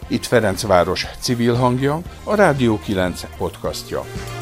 Itt Ferencváros civil hangja, a Rádió 9 podcastja.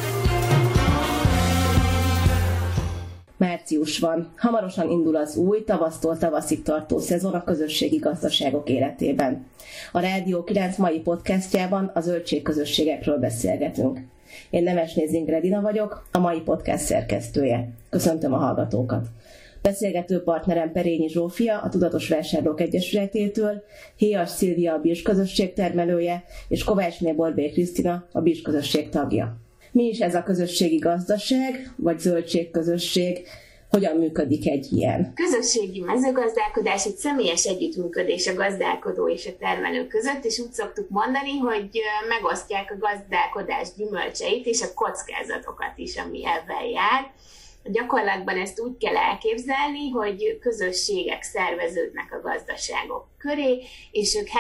Március van. Hamarosan indul az új, tavasztól tavaszig tartó szezon a közösségi gazdaságok életében. A Rádió 9 mai podcastjában a zöldségközösségekről beszélgetünk. Én Nemesné Zingredina vagyok, a mai podcast szerkesztője. Köszöntöm a hallgatókat. Beszélgető partnerem Perényi Zsófia, a Tudatos Vásárlók Egyesületétől, Héjas Szilvia, a Birs közösség termelője, és Kovácsné Borbély Krisztina, a Birs közösség tagja. Mi is ez a közösségi gazdaság, vagy zöldségközösség? Hogyan működik egy ilyen? Közösségi mezőgazdálkodás egy személyes együttműködés a gazdálkodó és a termelő között, és úgy szoktuk mondani, hogy megosztják a gazdálkodás gyümölcseit és a kockázatokat is, ami ebben jár. A gyakorlatban ezt úgy kell elképzelni, hogy közösségek szerveződnek a gazdaságok köré, és ők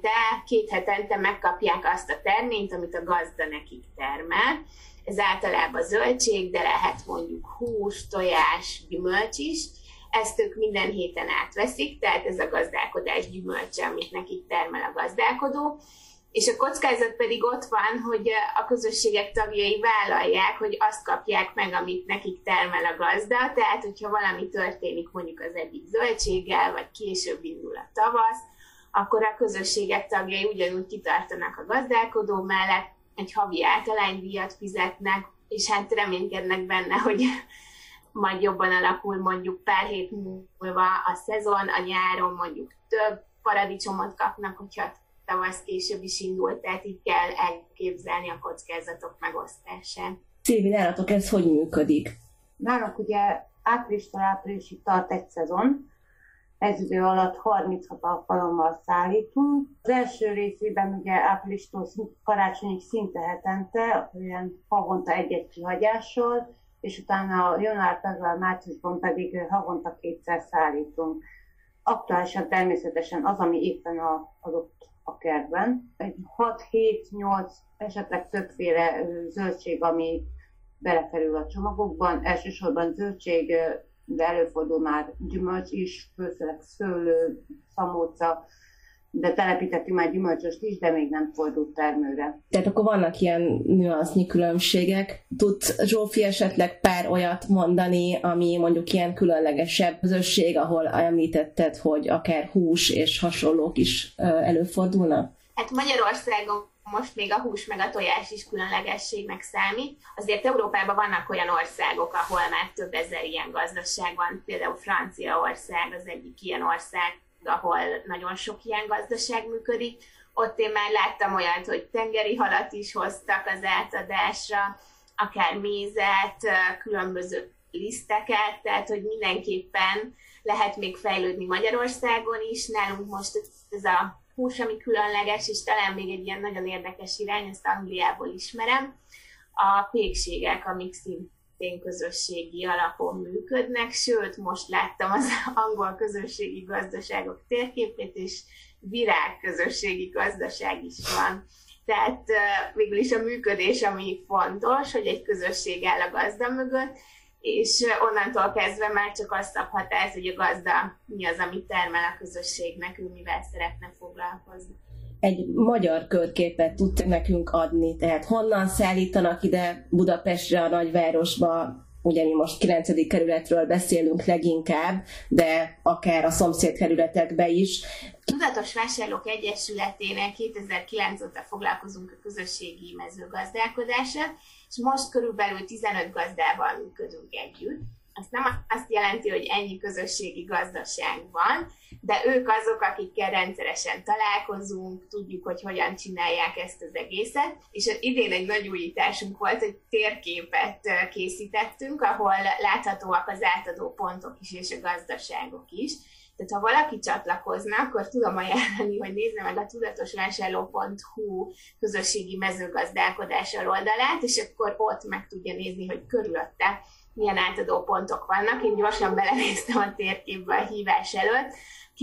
két hetente megkapják azt a terményt, amit a gazda nekik termel. Ez általában zöldség, de lehet mondjuk hús, tojás, gyümölcs is. Ezt ők minden héten átveszik, tehát ez a gazdálkodás gyümölcse, amit nekik termel a gazdálkodó. És a kockázat pedig ott van, hogy a közösségek tagjai vállalják, hogy azt kapják meg, amit nekik termel a gazda, tehát hogyha valami történik mondjuk az egyik zöldséggel, vagy később indul a tavasz, akkor a közösségek tagjai ugyanúgy kitartanak a gazdálkodó mellett, egy havi általánydíjat fizetnek, és hát reménykednek benne, hogy majd jobban alakul mondjuk pár hét múlva a szezon, a nyáron mondjuk több paradicsomot kapnak, hogyha tavasz később is indult, tehát így kell elképzelni a kockázatok megosztását. Szilvi, nálatok ez hogy működik? Nálunk ugye áprilistól áprilisig tart egy szezon, ez idő alatt 36 alkalommal szállítunk. Az első részében ugye áprilistól karácsonyig szinte hetente, olyan havonta egy-egy kihagyással, és utána január, február, márciusban pedig havonta 2-szer szállítunk. Aktuálisan természetesen az, ami éppen adott a kertben. Egy 6-7-8 esetleg többféle zöldség, ami belekerül a csomagokban. Elsősorban zöldség, de előfordul már gyümölcs is, főleg szőlő, szamóca, de telepítettünk már gyümölcsöst is, de még nem fordult termőre. Tehát akkor vannak ilyen nüansznyi különbségek. Tud Zsófi esetleg pár olyat mondani, ami mondjuk ilyen különlegesebb közösség, ahol említetted, hogy akár hús és hasonlók is előfordulnak? Hát Magyarországon most még a hús meg a tojás is különlegességnek számít. Azért Európában vannak olyan országok, ahol már több ezer ilyen gazdaság van. Például Franciaország az egyik ilyen ország, ahol nagyon sok ilyen gazdaság működik. Ott én már láttam olyat, hogy tengeri halat is hoztak az átadásra, akár mézet, különböző liszteket, tehát hogy mindenképpen lehet még fejlődni Magyarországon is. Nálunk most ez a hús, ami különleges, és talán még egy ilyen nagyon érdekes irány, ezt Angliából ismerem, a pékségek, amik szintén közösségi alapon működnek, sőt, most láttam az angol közösségi gazdaságok térképét, és virágközösségi gazdaság is van. Tehát végül is a működés, ami fontos, hogy egy közösség áll a gazda mögött, és onnantól kezdve már csak azt szabhat ez, hogy a gazda mi az, amit termel a közösségnek, ő mivel szeretne foglalkozni. Egy magyar körképet tud nekünk adni, tehát honnan szállítanak ide Budapestre, a nagyvárosba, ugye mi most 9. kerületről beszélünk leginkább, de akár a szomszéd kerületekbe is. Tudatos Vásárlók Egyesületének 2009 óta foglalkozunk a közösségi mezőgazdálkodással, és most körülbelül 15 gazdával működünk együtt. Ez nem azt jelenti, hogy ennyi közösségi gazdaság van, de ők azok, akikkel rendszeresen találkozunk, tudjuk, hogy hogyan csinálják ezt az egészet. És idén egy nagy újításunk volt, hogy térképet készítettünk, ahol láthatóak az átadó pontok is és a gazdaságok is. Tehát ha valaki csatlakozna, akkor tudom ajánlani, hogy nézze meg a tudatosvásárló.hu közösségi mezőgazdálkodással oldalát, és akkor ott meg tudja nézni, hogy körülötte milyen átadó pontok vannak. Én gyorsan belenéztem a térképbe a hívás előtt.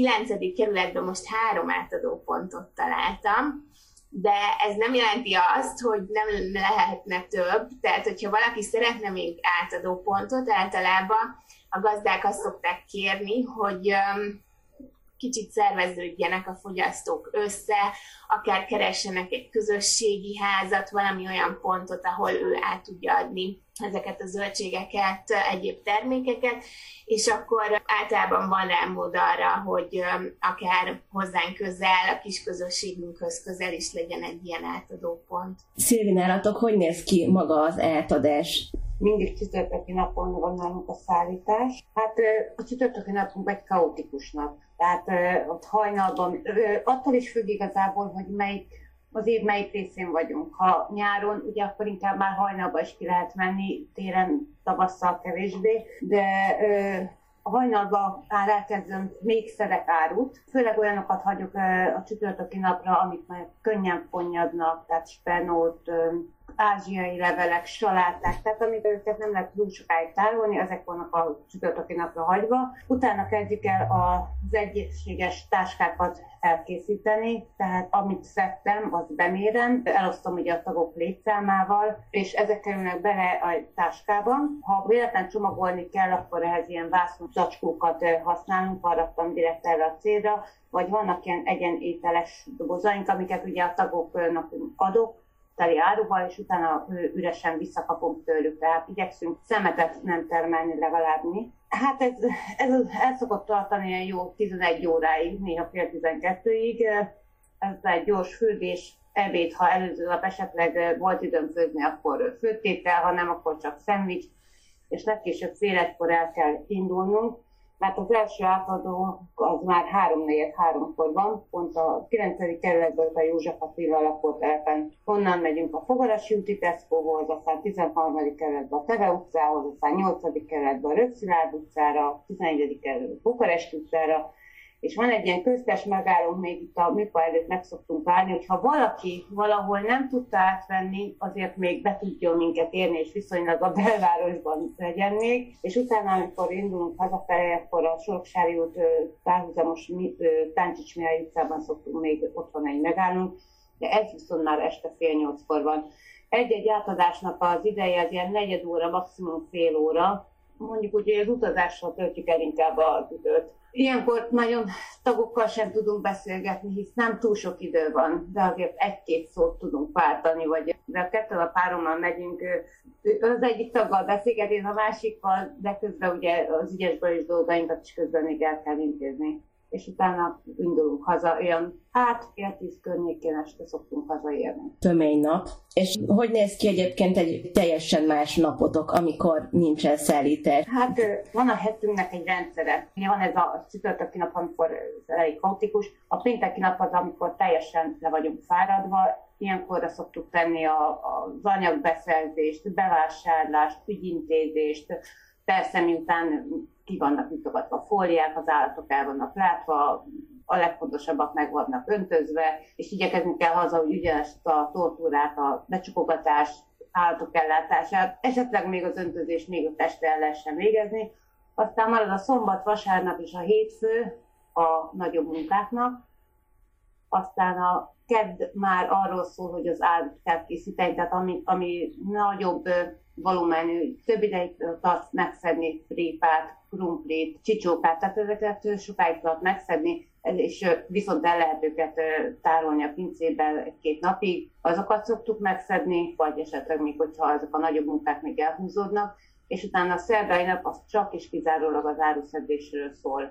9. kerületben most 3 átadó pontot találtam, de ez nem jelenti azt, hogy nem lehetne több. Tehát, hogyha valaki szeretne még átadó pontot, általában a gazdák azt szokták kérni, hogy kicsit szerveződjenek a fogyasztók össze, akár keressenek egy közösségi házat, valami olyan pontot, ahol ő át tudja adni ezeket a zöldségeket, egyéb termékeket, és akkor általában van rá mód arra, hogy akár hozzánk közel, a kis közösségünkhöz közel is legyen egy ilyen átadópont. Szilvi, nálatok hogy néz ki maga az átadás? Mindig csütörtöki napon van nálunk a szállítás. Hát a csütörtöki napunk egy kaotikus nap. Tehát ott hajnalban, attól is függ igazából, hogy az év melyik részén vagyunk. Ha nyáron, ugye akkor inkább már hajnalban is ki lehet menni, télen, tavasszal kevésbé, de a hajnalban már elkezdem még szedek árut. Főleg olyanokat hagyok a csütörtöki napra, amik már könnyen fonnyadnak, tehát spenót, ázsiai levelek, saláták, tehát amit őket nem lehet túl sokáig tárolni, ezek vannak a csütörtöki napra hagyva. Utána kezdjük el az egységes táskákat elkészíteni, tehát amit szedtem, azt bemérem, elosztom ugye a tagok létszámával, és ezek kerülnek bele a táskába. Ha véletlen csomagolni kell, akkor ehhez ilyen vászon zacskókat használunk, arraktam direkt erre a célra, vagy vannak ilyen egyenételes dobozaink, amiket ugye a tagoknak adok, teli áruval, és utána üresen visszakapom tőlük. Tehát igyekszünk szemetet nem termelni legalább mi. Hát ez el szokott tartani ilyen jó 11 óráig, néha fél 12-ig. Ez egy gyors fürdés, ebéd, ha előző nap esetleg volt időm főzni, akkor főttétel, ha nem, akkor csak szendvics, és legkésőbb fél egykor el kell indulnunk. Mert az első átadó az már 3-4-3-kor van, pont a 9. kerületből a József Attila lakótelepen. Onnan megyünk a Fogarasi úti Tescohoz, aztán 13. kerületbe a Teve utcához, aztán 8. kerületbe a Röpszilárd utcára, 11. kerületbe a Bukaresti utcára, és van egy ilyen köztes megállónk, még itt a műpa előtt meg szoktunk állni, hogyha valaki valahol nem tudta átvenni, azért még be tudjon minket érni, és viszonylag a belvárosban legyen még. És utána, amikor indulunk hazafelé, akkor a Soroksári út párhuzamos Táncsics Mihály utcában szoktunk még otthon egy megállunk, de ez viszont már este fél 8-kor van. Egy-egy átadásnak az ideje az ilyen 4 óra, maximum fél óra. Mondjuk úgy, hogy az utazással töltjük el inkább az időt. Ilyenkor nagyon tagokkal sem tudunk beszélgetni, hisz nem túl sok idő van, de azért egy-két szót tudunk váltani, de a kettő a párommal megyünk, az egyik taggal beszélget, én a másikkal, de közben ugye az ügyesből is dolgainkat is közben még el kell intézni. És utána indulunk haza, olyan fél 10 környékén este szoktunk hazaérni. Tömény nap. És hogy néz ki egyébként egy teljesen más napotok, amikor nincsen szállítás? Hát van a hetünknek egy rendszere. Ugye van ez a csütörtöki nap, amikor elég kaotikus. A pénteki nap az, amikor teljesen le vagyunk fáradva. Ilyenkorra szoktuk tenni az anyagbeszerzést, bevásárlást, ügyintézést. Persze miután ki vannak nyitogatva a fóliák, az állatok el vannak látva, a legfontosabbak meg vannak öntözve, és igyekezni kell haza, hogy ugyanezt a tortúrát, a becsukogatást, állatok ellátását, esetleg még az öntözés még a este el lehessen végezni. Aztán marad a szombat, vasárnap és a hétfő a nagyobb munkáknak. Aztán a kedd már arról szól, hogy az árut kell készíteni, tehát ami nagyobb volumenű, több ideig tart megszedni répát, krumplit, csicsókát, tehát ezeket sokáig tart megszedni, és viszont el lehet őket tárolni a pincében 1-2 napig. Azokat szoktuk megszedni, vagy esetleg még, hogyha ezek a nagyobb munkák még elhúzódnak, és utána a szerdai nap az csak és kizárólag az áruszedésről szól.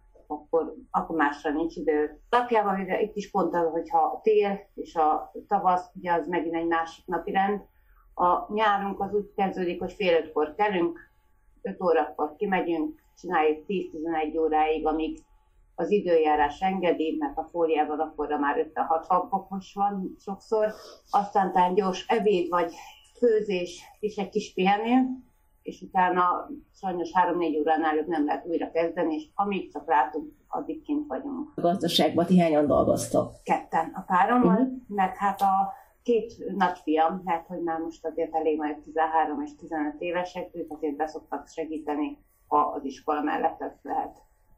Akkor másra nincs idő. Lakjában itt is pont az, hogyha a tél és a tavasz, ugye az megint egy másik napirend. A nyárunk az úgy kezdődik, hogy fél 5-kor kelünk, 5 órakor kimegyünk, csináljuk 10-11 óráig, amíg az időjárás engedi, mert a fóliában akkorra már 5-6 fokos van sokszor. Aztán talán gyors ebéd vagy főzés és egy kis pihenő, és utána sajnos 3-4 óránál jobb nem lehet újra kezdeni, és amíg csak látunk, addig kint vagyunk. A gazdaságban ti hányan dolgoztok? 2 a párommal, meg hát a 2 nagyfiam, mert hogy már most azért elég majd 13 és 15 évesek, ők azért beszoktak segíteni, ha az iskola mellett ez lehet.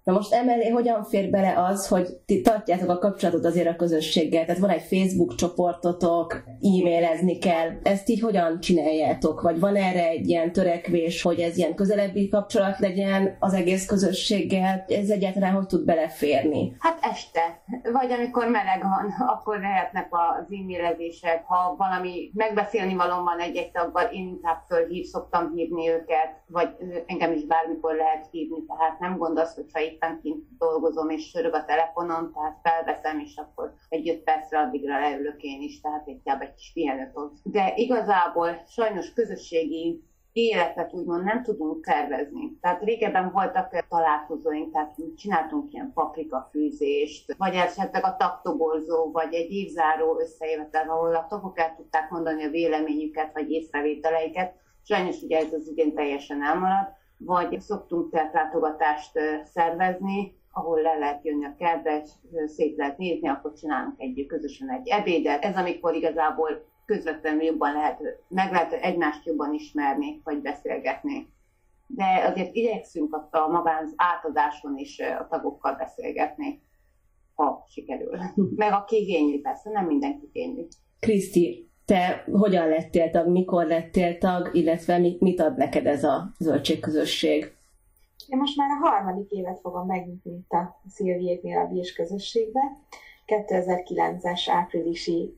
Na most emellé hogyan fér bele az, hogy ti tartjátok a kapcsolatot azért a közösséggel? Tehát van egy Facebook csoportotok, e-mailezni kell. Ezt így hogyan csináljátok? Vagy van erre egy ilyen törekvés, hogy ez ilyen közelebbi kapcsolat legyen az egész közösséggel? Ez egyáltalán hogy tud beleférni? Hát este, vagy amikor meleg van, akkor lehetnek az e-mailezések. Ha valami megbeszélni való van egy taggal, én inkább szoktam hívni őket, vagy engem is bármikor lehet hívni, tehát nem gond az, hogyha éppen kint dolgozom és sörög a telefonon, tehát felveszem, és akkor egy 5 percre addigra leülök én is, tehát inkább egy kis pihenőt. De igazából sajnos közösségi életet úgymond nem tudunk tervezni. Tehát régebben voltak találkozóink, tehát csináltunk ilyen paprikafűzést, vagy esetleg a tagtoborzó, vagy egy évzáró összejövetel, ahol a tagok el tudták mondani a véleményüket, vagy észrevételeiket. Sajnos ugye ez az idén teljesen elmaradt. Vagy szoktunk látogatást szervezni, ahol le lehet jönni a kertbe, szét lehet nézni, akkor csinálunk közösen egy ebédet. Ez amikor igazából közvetlenül jobban meg lehet egymást jobban ismerni, vagy beszélgetni. De azért igyekszünk a magán átadáson is a tagokkal beszélgetni, ha sikerül. Meg a igényli, persze, nem mindenki igényli. Kriszti, te hogyan lettél tag, mikor lettél tag, illetve mit ad neked ez a zöldségközösség? Én most már a 3. évet fogom megnyitni itt a Szilviéknél a Bírs közösségbe. 2009-es áprilisi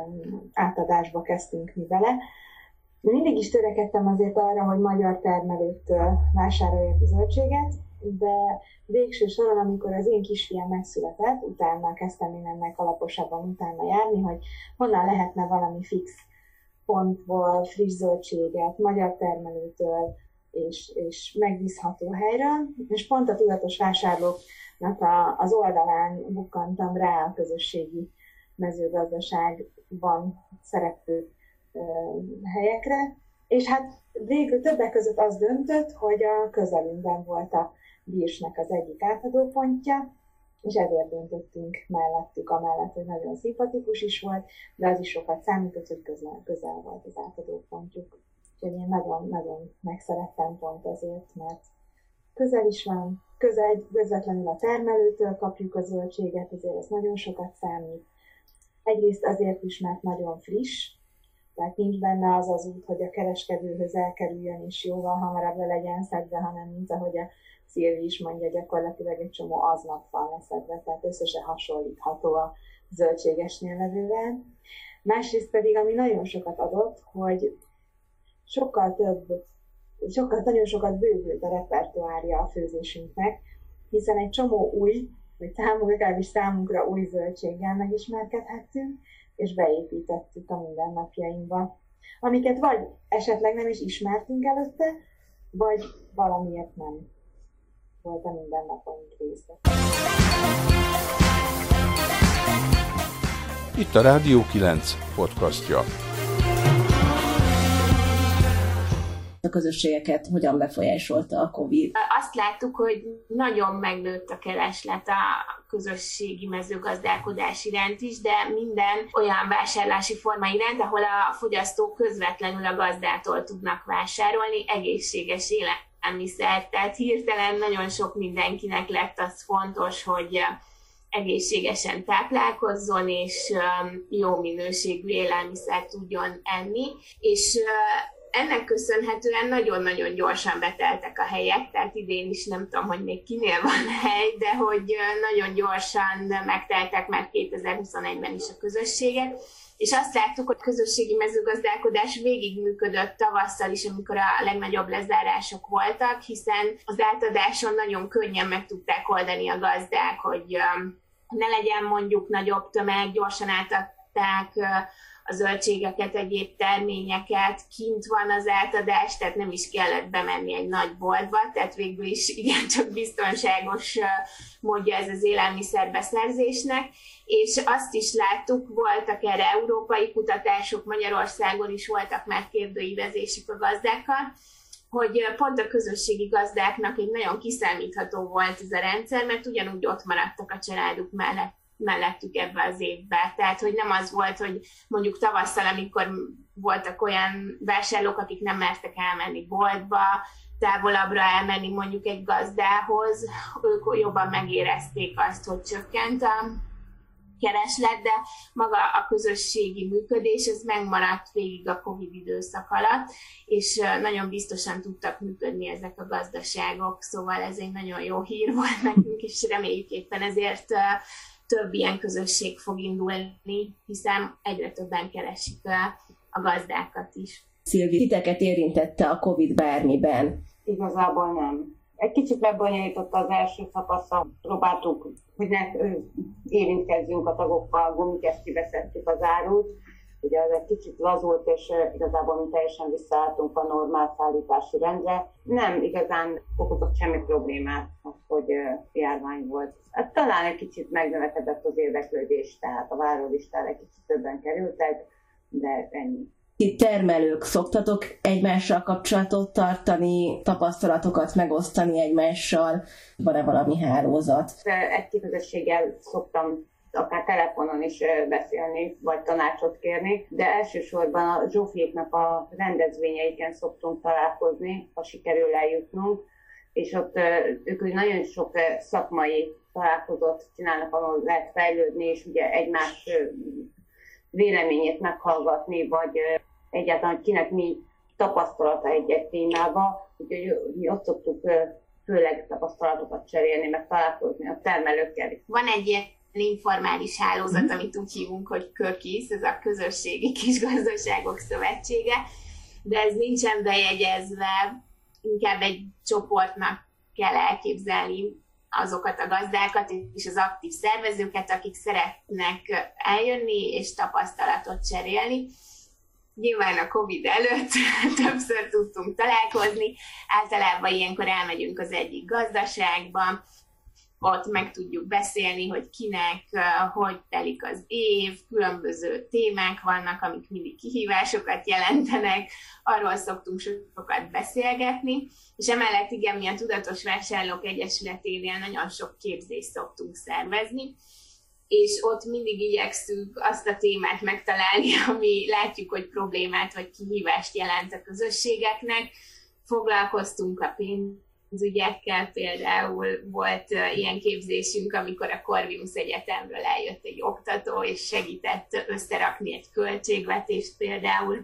átadásba kezdtünk mi vele. Mindig is törekedtem azért arra, hogy magyar termelőtől vásároljak a zöldséget, de végső soron, amikor az én kisfiam megszületett, utána kezdtem én ennek alaposabban utána járni, hogy honnan lehetne valami fix pontból friss zöldséget magyar termelőtől és megbízható helyről, és pont a tudatos vásárlóknak az oldalán bukkantam rá a közösségi mezőgazdaságban szereplő helyekre, és hát végül többek között az döntött, hogy a közelünkben volt a Bírsnek az egyik átadópontja, és ezért döntöttünk mellettük, amellett, hogy nagyon szimpatikus is volt, de az is sokat számított, hogy közel volt az átadópontjuk. Úgyhogy én nagyon megszerettem pont azért, mert közel is van, közvetlenül a termelőtől kapjuk a zöldséget, azért ez nagyon sokat számít. Egyrészt azért is, mert nagyon friss, tehát nincs benne az az út, hogy a kereskedőhöz elkerüljön és jóval hamarabb le legyen szedve, hanem mint ahogy a Szilvi is mondja, gyakorlatilag egy csomó aznap van leszedve, tehát összesen hasonlítható a zöldségesnél levővel. Másrészt pedig, ami nagyon sokat adott, hogy nagyon sokat bővült a repertoárja a főzésünknek, hiszen egy csomó új, vagy legalábbis számunkra új zöldséggel megismerkedhettünk, és beépítettük a mindennapjainkba, amiket vagy esetleg nem is ismertünk előtte, vagy valamiért nem volt a mindennapaink része. Itt a Rádió 9 podcastja. A közösségeket hogyan befolyásolta a Covid? Azt láttuk, hogy nagyon megnőtt a kereslet a közösségi mezőgazdálkodás iránt is, de minden olyan vásárlási forma iránt, ahol a fogyasztók közvetlenül a gazdától tudnak vásárolni egészséges élelmiszert. Tehát hirtelen nagyon sok mindenkinek lett az fontos, hogy egészségesen táplálkozzon, és jó minőségű élelmiszert tudjon enni, és ennek köszönhetően nagyon-nagyon gyorsan beteltek a helyek, tehát idén is nem tudom, hogy még kinél van hely, de hogy nagyon gyorsan megteltek már 2021-ben is a közösségek, és azt láttuk, hogy a közösségi mezőgazdálkodás végigműködött tavasszal is, amikor a legnagyobb lezárások voltak, hiszen az átadáson nagyon könnyen meg tudták oldani a gazdák, hogy ne legyen mondjuk nagyobb tömeg, gyorsan átadták a zöldségeket, egyéb terményeket, kint van az átadás, tehát nem is kellett bemenni egy nagy boltba, tehát végül is igencsak biztonságos módja ez az élelmiszerbeszerzésnek, és azt is láttuk, voltak erre európai kutatások, Magyarországon is voltak már kérdőívezések a gazdákkal, hogy pont a közösségi gazdáknak egy nagyon kiszámítható volt ez a rendszer, mert ugyanúgy ott maradtak a családuk mellettük ebbe az évbe. Tehát, hogy nem az volt, hogy mondjuk tavasszal, amikor voltak olyan vásárlók, akik nem mertek elmenni boltba, távolabbra elmenni mondjuk egy gazdához, ők jobban megérezték azt, hogy csökkent a kereslet, de maga a közösségi működés, ez megmaradt végig a Covid időszak alatt, és nagyon biztosan tudtak működni ezek a gazdaságok, szóval ez egy nagyon jó hír volt nekünk, és reméljük éppen ezért több ilyen közösség fog indulni, hiszen egyre többen keresik a gazdákat is. Szilvi, titeket érintette a Covid bármiben? Igazából nem. Egy kicsit megbonyolította az első szakaszra, próbáltuk, hogy ne érintkezzünk a tagokkal, gumikesztyűbe szedtük az árut. Ugye az egy kicsit lazult, és igazából mi teljesen visszaálltunk a normál szállítási rendre. Nem igazán okozott semmi problémát, hogy járvány volt. Hát talán egy kicsit megnövekedett az érdeklődés, tehát a várólistára egy kicsit többen kerültek, de ennyi. Ti termelők szoktatok egymással kapcsolatot tartani, tapasztalatokat megosztani egymással? Van-e valami hálózat? Egy közösséggel szoktam akár telefonon is beszélni, vagy tanácsot kérni, de elsősorban a Zsófiéknak a rendezvényeiken szoktunk találkozni, ha sikerül eljutnunk, és ott ők nagyon sok szakmai találkozót csinálnak, ahol lehet fejlődni, és ugye egymás véleményét meghallgatni, vagy egyáltalán, hogy kinek mi tapasztalata egy témába, úgyhogy mi ott szoktuk főleg tapasztalatokat cserélni, meg találkozni a termelőkkel. Van egy ilyen informális hálózat, amit úgy hívunk, hogy KÖKISZ, ez a Közösségi Kisgazdaságok Szövetsége, de ez nincsen bejegyezve, inkább egy csoportnak kell elképzelni azokat a gazdákat és az aktív szervezőket, akik szeretnek eljönni és tapasztalatot cserélni. Nyilván a Covid előtt többször tudtunk találkozni, általában ilyenkor elmegyünk az egyik gazdaságba, ott meg tudjuk beszélni, hogy kinek, hogy telik az év, különböző témák vannak, amik mindig kihívásokat jelentenek, arról szoktunk sokat beszélgetni, és emellett igen, mi a Tudatos Vásárlók Egyesületénél nagyon sok képzést szoktunk szervezni, és ott mindig igyekszünk azt a témát megtalálni, ami látjuk, hogy problémát vagy kihívást jelent a közösségeknek. Foglalkoztunk a pénzügyekkel, például volt ilyen képzésünk, amikor a Corvinus Egyetemről eljött egy oktató, és segített összerakni egy költségvetést például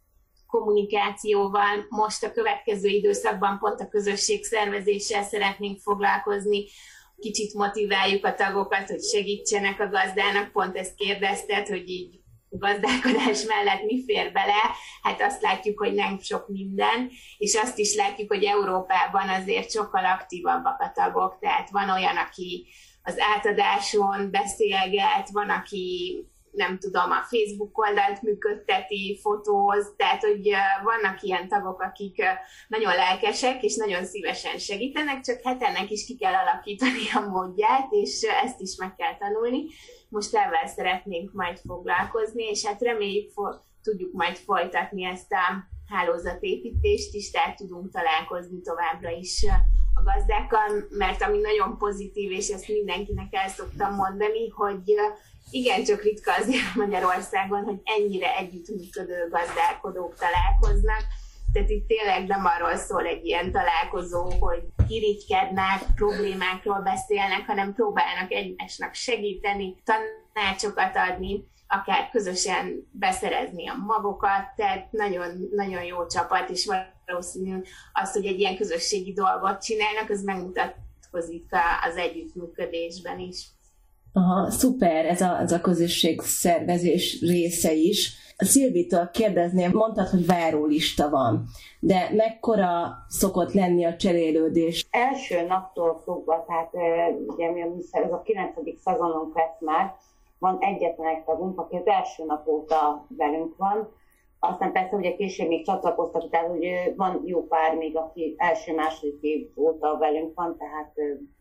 kommunikációval. Most a következő időszakban pont a közösségszervezéssel szeretnénk foglalkozni, kicsit motiváljuk a tagokat, hogy segítsenek a gazdának, pont ezt kérdezted, hogy így gazdálkodás mellett mi fér bele, hát azt látjuk, hogy nem sok minden, és azt is látjuk, hogy Európában azért sokkal aktívabbak a tagok, tehát van olyan, aki az átadáson beszélget, van, aki nem tudom, a Facebook oldalt működteti, fotóz, tehát hogy vannak ilyen tagok, akik nagyon lelkesek, és nagyon szívesen segítenek, csak hát ennek is ki kell alakítani a módját, és ezt is meg kell tanulni. Most ezzel szeretnénk majd foglalkozni, és hát reméljük, tudjuk majd folytatni ezt a hálózatépítést is, tehát tudunk találkozni továbbra is a gazdákkal, mert ami nagyon pozitív, és ezt mindenkinek el szoktam mondani, hogy igencsak ritka azért Magyarországon, hogy ennyire együttműködő gazdálkodók találkoznak. Tehát itt tényleg nem arról szól egy ilyen találkozó, hogy irigykednek, problémákról beszélnek, hanem próbálnak egymásnak segíteni, tanácsokat adni, akár közösen beszerezni a magokat, tehát nagyon, nagyon jó csapat, és valószínű az, hogy egy ilyen közösségi dolgot csinálnak, az megmutatkozik az együttműködésben is. Aha, szuper, ez a közösségszervezés része is. Szilvitől kérdezném, mondtad, hogy várólista van, de mekkora szokott lenni a cserélődés? Első naptól fogva, tehát ugye ez a 9. szezonunk lesz már, van egyetlen egy tagunk, aki az első nap óta velünk van, aztán persze ugye később még csatlakoztak, tehát hogy van jó pár még, aki első-második év óta velünk van, tehát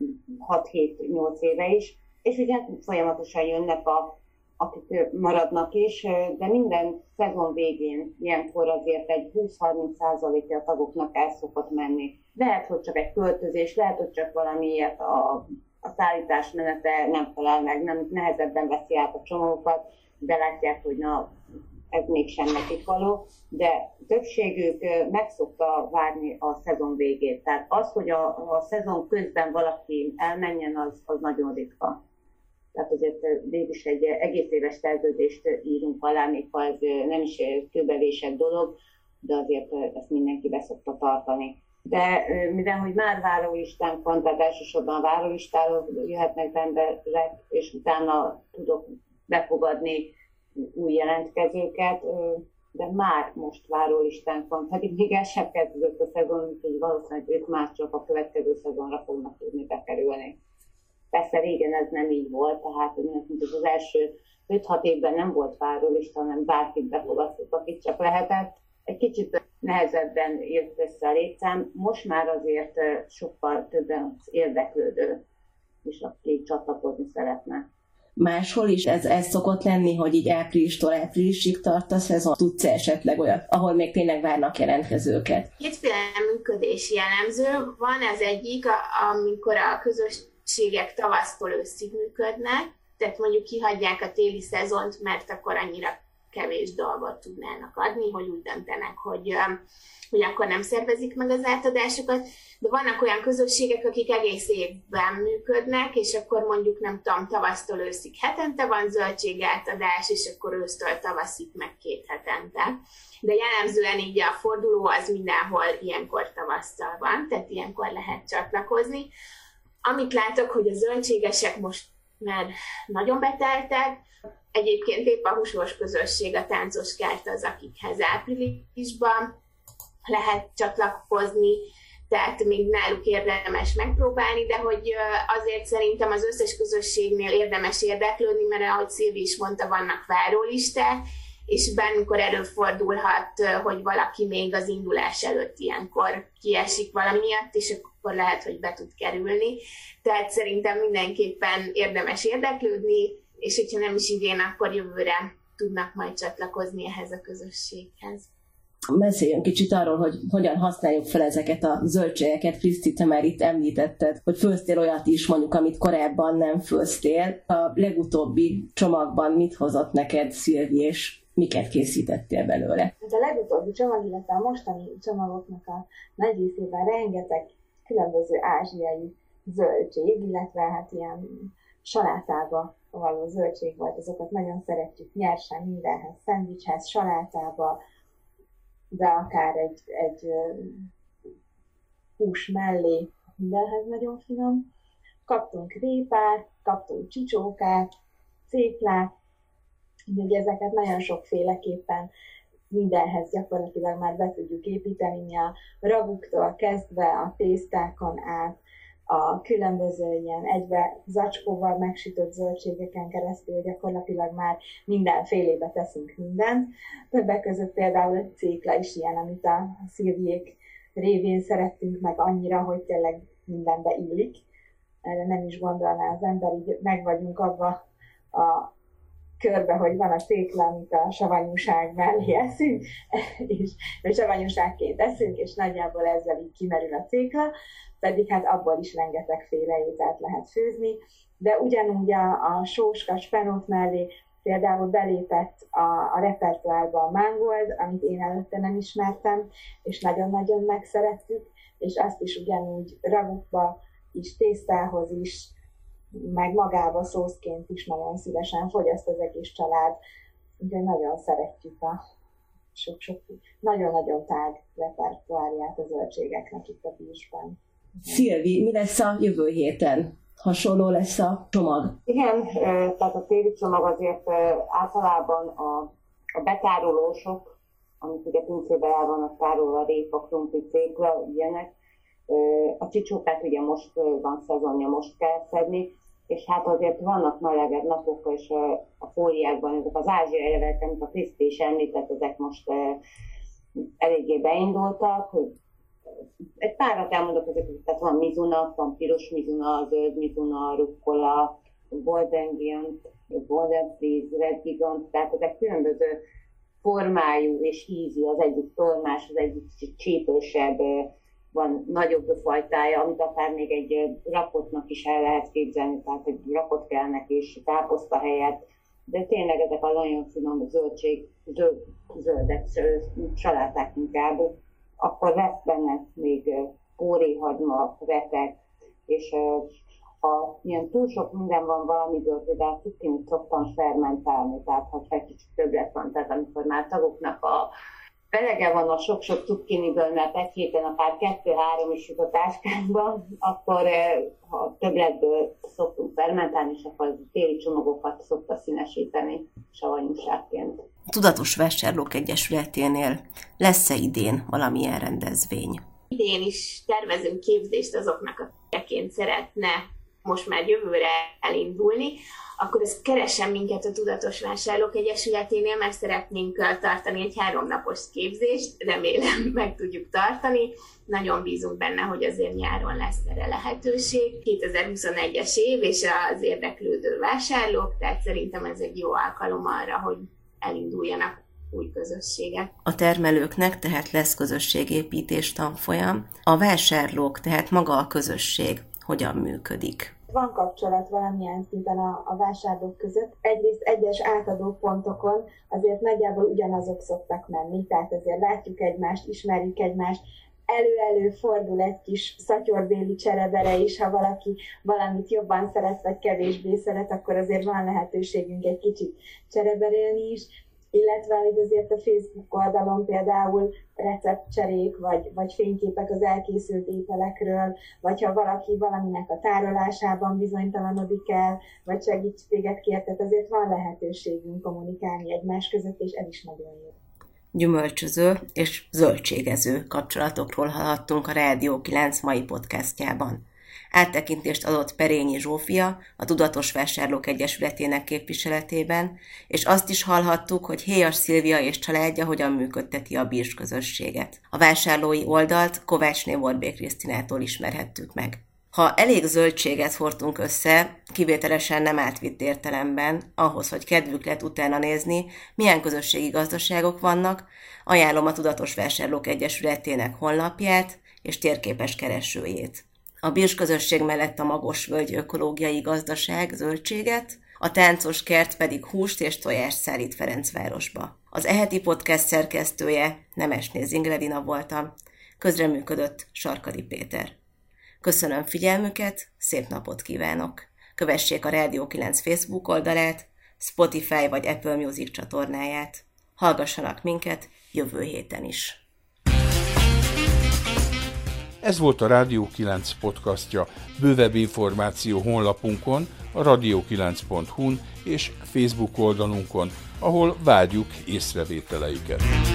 6-7-8 éve is, és ugye folyamatosan jönnek akik maradnak is, de minden szezon végén ilyenkor azért egy 20-30%-a a tagoknak el szokott menni. Lehet, hogy csak egy költözés, lehet, hogy csak valamiért a szállítás menete nem felel meg, nehezebben veszi át a csomókat, de látják, hogy ez mégsem nekik való, de többségük meg szokta várni a szezon végét. Tehát az, hogy a szezon közben valaki elmenjen, az nagyon ritka. Tehát azért mégis egy egész éves szerződést írunk alá, még ha ez nem is kőbevésett dolog, de azért ezt mindenki be szokta tartani. De mivel, hogy már várólistánk van, tehát elsősorban a várólistáról jöhetnek emberek, és utána tudok befogadni új jelentkezőket, de már most várólistánk van, pedig még el sem kezdődött a szezon, úgyhogy valószínűleg ők már csak a következő szezonra fognak tudni bekerülni. Persze régen ez nem így volt, tehát az első 5-6 évben nem volt várólista, hanem bárkit befogadtuk, akit csak lehetett. Egy kicsit nehezebben jött össze a létszám, most már azért sokkal többen érdeklődő, és aki csatlakozni szeretne. Máshol is ez szokott lenni, hogy így áprilistól áprilisig tart a szezon. Tudsz esetleg olyat, ahol még tényleg várnak jelentkezőket? Kétféle működési jellemző van, ez egyik, amikor a közösségek tavasztól őszig működnek, tehát mondjuk kihagyják a téli szezont, mert akkor annyira kevés dolgot tudnának adni, hogy úgy döntenek, hogy akkor nem szervezik meg az átadásokat, de vannak olyan közösségek, akik egész évben működnek, és akkor mondjuk nem tudom, tavasztól őszig hetente van zöldségátadás, és akkor ősztől tavaszig meg 2 hetente. De jellemzően így a forduló az mindenhol ilyenkor tavasszal van, tehát ilyenkor lehet csatlakozni. Amit látok, hogy a zöldségesek most már nagyon beteltek, egyébként épp a húsos közösség, a táncos kert az, akikhez áprilisban lehet csatlakozni, tehát még náluk érdemes megpróbálni, de hogy azért szerintem az összes közösségnél érdemes érdeklődni, mert ahogy Szilvi is mondta, vannak várólisták, és bármikor előfordulhat, hogy valaki még az indulás előtt ilyenkor kiesik valami miatt, és akkor lehet, hogy be tud kerülni. Tehát szerintem mindenképpen érdemes érdeklődni, és hogyha nem is idén, akkor jövőre tudnak majd csatlakozni ehhez a közösséghez. Beszéljünk kicsit arról, hogy hogyan használjuk fel ezeket a zöldségeket. Kriszti, te már itt említetted, hogy főztél olyat is, mondjuk, amit korábban nem főztél. A legutóbbi csomagban mit hozott neked, Szilvi, és miket készítettél belőle? A legutóbbi csomag, illetve a mostani csomagoknak a nagy részében rengeteg különböző ázsiai zöldség, illetve hát ilyen salátába való zöldség volt, azokat nagyon szeretjük nyersen mindenhez, szendvicshez, salátába, de akár egy hús mellé, mindenhez nagyon finom. Kaptunk répát, kaptunk csicsókát, céklát, úgyhogy ezeket nagyon sokféleképpen mindenhez gyakorlatilag már be tudjuk építeni, a raguktól kezdve a tésztákon át, a különböző ilyen egybe zacskóval megsütött zöldségeken keresztül gyakorlatilag már mindenfélébe teszünk mindent. Többek között például a cékla is ilyen, amit a Szilviék révén szerettünk meg annyira, hogy tényleg mindenbe illik. Erre nem is gondolná az ember, így meg vagyunk abba a körbe, hogy van a cékla, amit a savanyúság mellé eszünk, és savanyúságként eszünk, és nagyjából ezzel így kimerül a cékla, pedig hát abból is rengetegféle ételt lehet főzni, de ugyanúgy a sóska spenót mellé például belépett a repertoárba a mangold, amit én előtte nem ismertem, és nagyon-nagyon megszerettük, és azt is ugyanúgy ragukba is, tésztához is, meg magába szószként is nagyon szívesen fogyaszt az egész család, úgyhogy nagyon szeretjük a sok-sok, nagyon-nagyon tág repertoárját a zöldségeknek itt a Pirsben. Szilvi, mi lesz a jövő héten? Hasonló lesz a csomag? Igen, tehát a téli csomag azért általában a betárolósok, amik ugye pincében el vannak tárolva, répa, krumpli, cékla, ilyenek. A csicsókát ugye most van szezonja, most kell szedni, és hát azért vannak melegebb napok, és a fóliákban ezek az ázsiai levelek, amit a Kriszti is említett, ezek most eléggé beindultak. Egy párat elmondok, tehát van mizuna, van piros mizuna, zöld mizuna, rukkola, golden giant, golden freeze, red gigant, tehát ezek különböző formájú és ízű, az egyik tormás, az egyik csípősebb, van nagyobb fajtája, amit akár még egy rakottnak is el lehet képzelni, tehát egy rakott kell neki, és táposzta helyett de tényleg ezek a nagyon finom zöldek, saláták inkább, akkor lesz benne még kóréhagyma, retek, és ha ilyen túl sok minden van valamiből, például cukkinit szoktam fermentálni, tehát ha egy kicsit többlet van, tehát amikor már tagoknak a belege van a sok-sok cukkiniből, mert egy héten akár 2-3 is jut a táskánkban, akkor ha többletből szoktunk fermentálni, és akkor téli csomagokat szokta színesíteni savanyúságként. Tudatos Vásárlók Egyesületénél lesz-e idén valamilyen rendezvény? Idén is tervezünk képzést azoknak, akiként szeretne most már jövőre elindulni, akkor ezt keressen minket a Tudatos Vásárlók Egyesületénél, mert szeretnénk tartani egy 3 napos képzést, remélem meg tudjuk tartani. Nagyon bízunk benne, hogy azért nyáron lesz erre lehetőség. 2021-es év és az érdeklődő vásárlók, tehát szerintem ez egy jó alkalom arra, hogy elinduljanak új közösségek. A termelőknek tehát lesz közösségépítés tanfolyam. A vásárlók, tehát maga a közösség hogyan működik? Van kapcsolat valamilyen szinten a vásárlók között. Egyrészt egyes átadó pontokon azért nagyjából ugyanazok szoktak menni, tehát azért látjuk egymást, ismerjük egymást, elő-elő fordul egy kis szatyorbéli cserebere is, ha valaki valamit jobban szeret, vagy kevésbé szeret, akkor azért van lehetőségünk egy kicsit csereberélni is, illetve hogy azért a Facebook oldalon például receptcserék, vagy fényképek az elkészült ételekről, vagy ha valaki valaminek a tárolásában bizonytalanodik el, vagy segítséget kér, tehát azért van lehetőségünk kommunikálni egymás között, és ez is nagyon jó. Gyümölcsöző és zöldségező kapcsolatokról hallhattunk a Rádió 9 mai podcastjában. Áttekintést adott Perényi Zsófia, a Tudatos Vásárlók Egyesületének képviseletében, és azt is hallhattuk, hogy Héjas Szilvia és családja hogyan működteti a Birs közösséget. A vásárlói oldalt Kovácsné Orbé Krisztinától ismerhettük meg. Ha elég zöldséget hordtunk össze, kivételesen nem átvitt értelemben, ahhoz, hogy kedvük lett utána nézni, milyen közösségi gazdaságok vannak, ajánlom a Tudatos Vásárlók Egyesületének honlapját és térképes keresőjét. A Birs közösség mellett a Magosvölgy ökológiai gazdaság zöldséget, a Táncos kert pedig húst és tojást szállít Ferencvárosba. Az eheti podcast szerkesztője Nemesné Zinglevina voltam, közreműködött Sarkadi Péter. Köszönöm figyelmüket, szép napot kívánok! Kövessék a Rádió 9 Facebook oldalát, Spotify vagy Apple Music csatornáját. Hallgassanak minket jövő héten is! Ez volt a Rádió 9 podcastja. Bővebb információ honlapunkon, a radio9.hu-n és Facebook oldalunkon, ahol várjuk észrevételeiket.